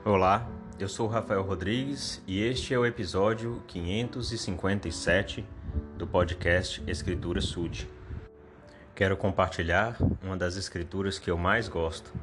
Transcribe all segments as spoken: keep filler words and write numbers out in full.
Olá, eu sou o Rafael Rodrigues e este é o episódio quinhentos e cinquenta e sete do podcast Escritura Sud. Quero compartilhar uma das escrituras que eu mais gosto.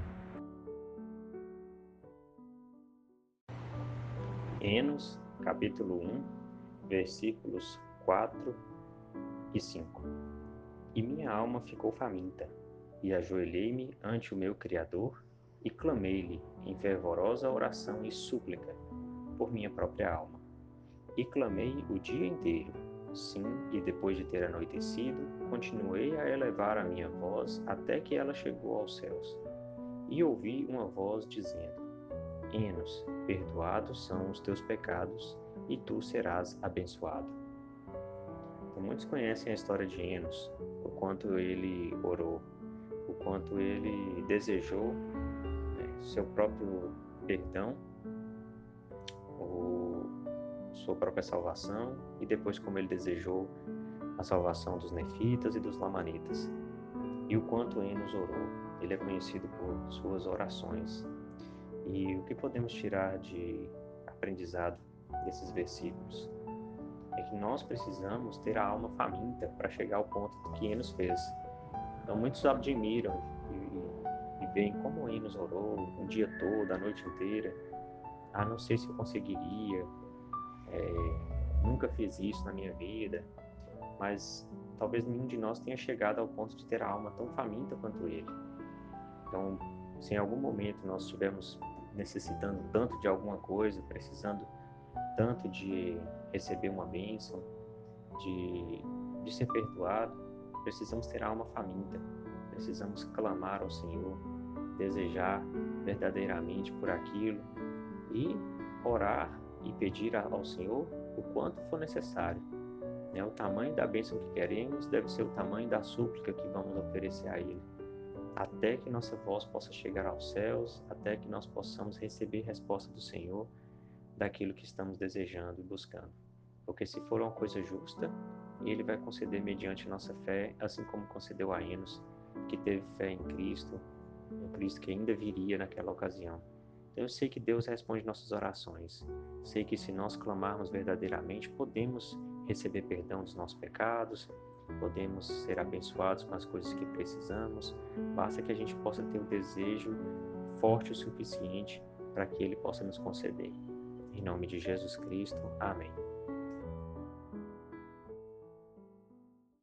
Enos, capítulo um, versículos quatro e cinco. E minha alma ficou faminta, e ajoelhei-me ante o meu Criador, e clamei-lhe em fervorosa oração e súplica por minha própria alma. E clamei o dia inteiro. Sim, e depois de ter anoitecido, continuei a elevar a minha voz até que ela chegou aos céus. E ouvi uma voz dizendo: Enos, perdoados são os teus pecados, e tu serás abençoado. Então, muitos conhecem a história de Enos, o quanto ele orou, o quanto ele desejou né, seu próprio perdão, o, sua própria salvação, e depois como ele desejou a salvação dos nefitas e dos lamanitas. E o quanto Enos orou. Ele é conhecido por suas orações. E o que podemos tirar de aprendizado desses versículos? É que nós precisamos ter a alma faminta para chegar ao ponto que Enos fez. Então muitos admiram e, e, e veem como Enos orou o dia todo, a noite inteira. Ah, não sei se eu conseguiria, é, nunca fiz isso na minha vida, mas talvez nenhum de nós tenha chegado ao ponto de ter a alma tão faminta quanto ele. Então, se em algum momento nós estivermos necessitando tanto de alguma coisa, precisando tanto de receber uma bênção, de, de ser perdoado, precisamos ter a alma faminta, precisamos clamar ao Senhor, desejar verdadeiramente por aquilo e orar e pedir ao Senhor o quanto for necessário. Né? O tamanho da bênção que queremos deve ser o tamanho da súplica que vamos oferecer a Ele, até que nossa voz possa chegar aos céus, até que nós possamos receber resposta do Senhor daquilo que estamos desejando e buscando. Porque se for uma coisa justa, Ele vai conceder mediante nossa fé, assim como concedeu a Enos, que teve fé em Cristo, um Cristo que ainda viria naquela ocasião. Então eu sei que Deus responde nossas orações. Sei que se nós clamarmos verdadeiramente, podemos receber perdão dos nossos pecados, podemos ser abençoados com as coisas que precisamos. Basta que a gente possa ter o desejo forte o suficiente para que Ele possa nos conceder. Em nome de Jesus Cristo. Amém.